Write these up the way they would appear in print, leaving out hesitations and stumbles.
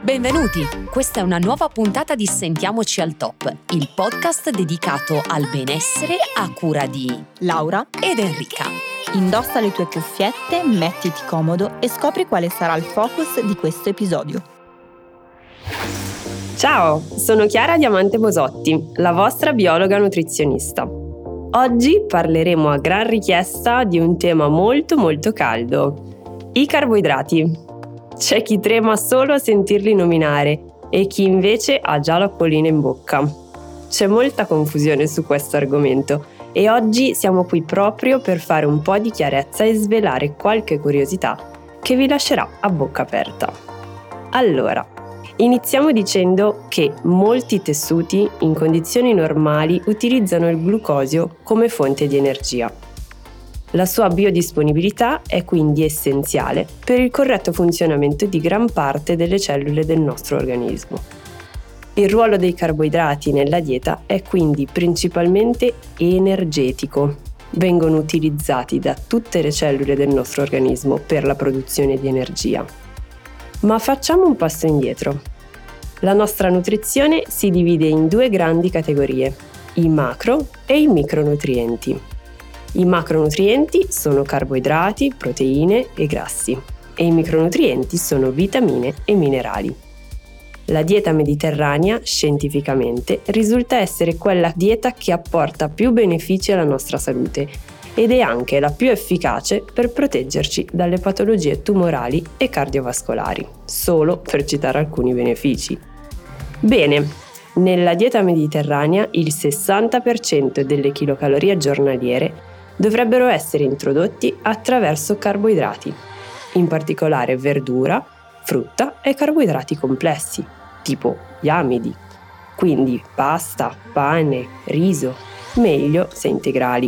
Benvenuti! Questa è una nuova puntata di Sentiamoci al Top, il podcast dedicato al benessere a cura di Laura ed Enrica. Indossa le tue cuffiette, mettiti comodo e scopri quale sarà il focus di questo episodio. Ciao, sono Chiara Diamante Bosotti, la vostra biologa nutrizionista. Oggi parleremo a gran richiesta di un tema molto caldo, i carboidrati. C'è chi trema solo a sentirli nominare e chi invece ha già l'acquolina in bocca. C'è molta confusione su questo argomento e oggi siamo qui proprio per fare un po' di chiarezza e svelare qualche curiosità che vi lascerà a bocca aperta. Allora, iniziamo dicendo che molti tessuti in condizioni normali utilizzano il glucosio come fonte di energia. La sua biodisponibilità è quindi essenziale per il corretto funzionamento di gran parte delle cellule del nostro organismo. Il ruolo dei carboidrati nella dieta è quindi principalmente energetico. Vengono utilizzati da tutte le cellule del nostro organismo per la produzione di energia. Ma facciamo un passo indietro. La nostra nutrizione si divide in due grandi categorie, i macro e i micronutrienti. I macronutrienti sono carboidrati, proteine e grassi e i micronutrienti sono vitamine e minerali. La dieta mediterranea, scientificamente, risulta essere quella dieta che apporta più benefici alla nostra salute ed è anche la più efficace per proteggerci dalle patologie tumorali e cardiovascolari, solo per citare alcuni benefici. Bene, nella dieta mediterranea il 60% delle chilocalorie giornaliere dovrebbero essere introdotti attraverso carboidrati, in particolare verdura, frutta e carboidrati complessi, tipo gli amidi, quindi pasta, pane, riso, meglio se integrali.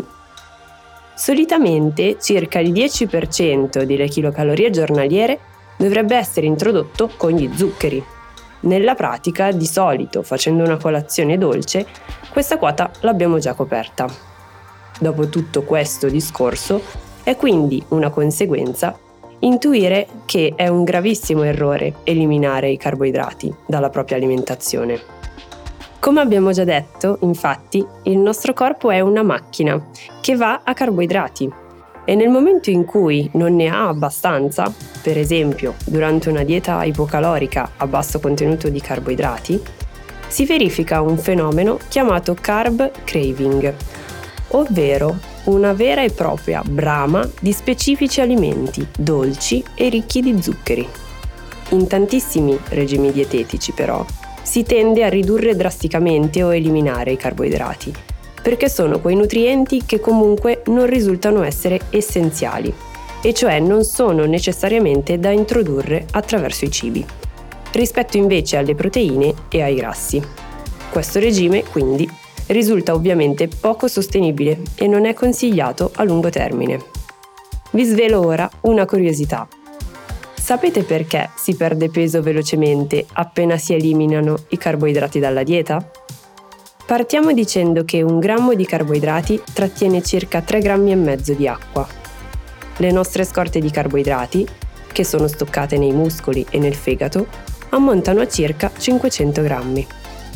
Solitamente circa il 10% delle chilocalorie giornaliere dovrebbe essere introdotto con gli zuccheri. Nella pratica, di solito, facendo una colazione dolce, questa quota l'abbiamo già coperta. Dopo tutto questo discorso, è quindi una conseguenza intuire che è un gravissimo errore eliminare i carboidrati dalla propria alimentazione. Come abbiamo già detto, infatti, il nostro corpo è una macchina che va a carboidrati e nel momento in cui non ne ha abbastanza, per esempio durante una dieta ipocalorica a basso contenuto di carboidrati, si verifica un fenomeno chiamato carb craving, ovvero una vera e propria brama di specifici alimenti dolci e ricchi di zuccheri. In tantissimi regimi dietetici, però, si tende a ridurre drasticamente o eliminare i carboidrati, perché sono quei nutrienti che comunque non risultano essere essenziali, e cioè non sono necessariamente da introdurre attraverso i cibi, rispetto invece alle proteine e ai grassi. Questo regime, quindi, risulta ovviamente poco sostenibile e non è consigliato a lungo termine. Vi svelo ora una curiosità. Sapete perché si perde peso velocemente appena si eliminano i carboidrati dalla dieta? Partiamo dicendo che 1 grammo di carboidrati trattiene circa 3,5 grammi di acqua. Le nostre scorte di carboidrati, che sono stoccate nei muscoli e nel fegato, ammontano a circa 500 grammi.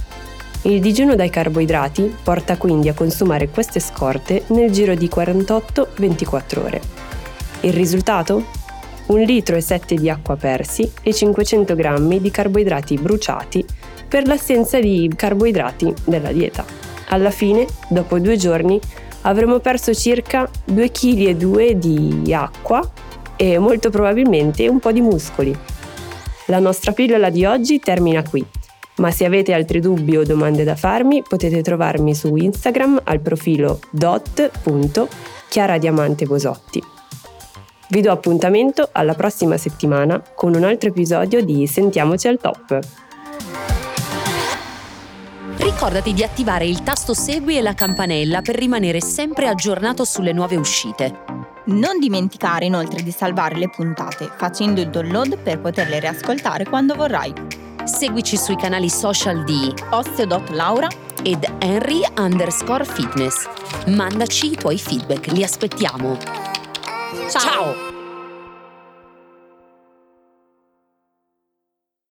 Il digiuno dai carboidrati porta quindi a consumare queste scorte nel giro di 48-24 ore. Il risultato? 1,7 litri di acqua persi e 500 grammi di carboidrati bruciati per l'assenza di carboidrati della dieta. Alla fine, dopo 2 giorni, avremo perso circa 2,2 kg di acqua e molto probabilmente un po' di muscoli. La nostra pillola di oggi termina qui. Ma se avete altri dubbi o domande da farmi, potete trovarmi su Instagram al profilo dot.chiaradiamantebosotti. Vi do appuntamento alla prossima settimana con un altro episodio di Sentiamoci al Top. Ricordati di attivare il tasto segui e la campanella per rimanere sempre aggiornato sulle nuove uscite. Non dimenticare inoltre di salvare le puntate facendo il download per poterle riascoltare quando vorrai. Seguici sui canali social di Osteo.Laura ed Henry_Fitness. Mandaci i tuoi feedback, li aspettiamo. Ciao!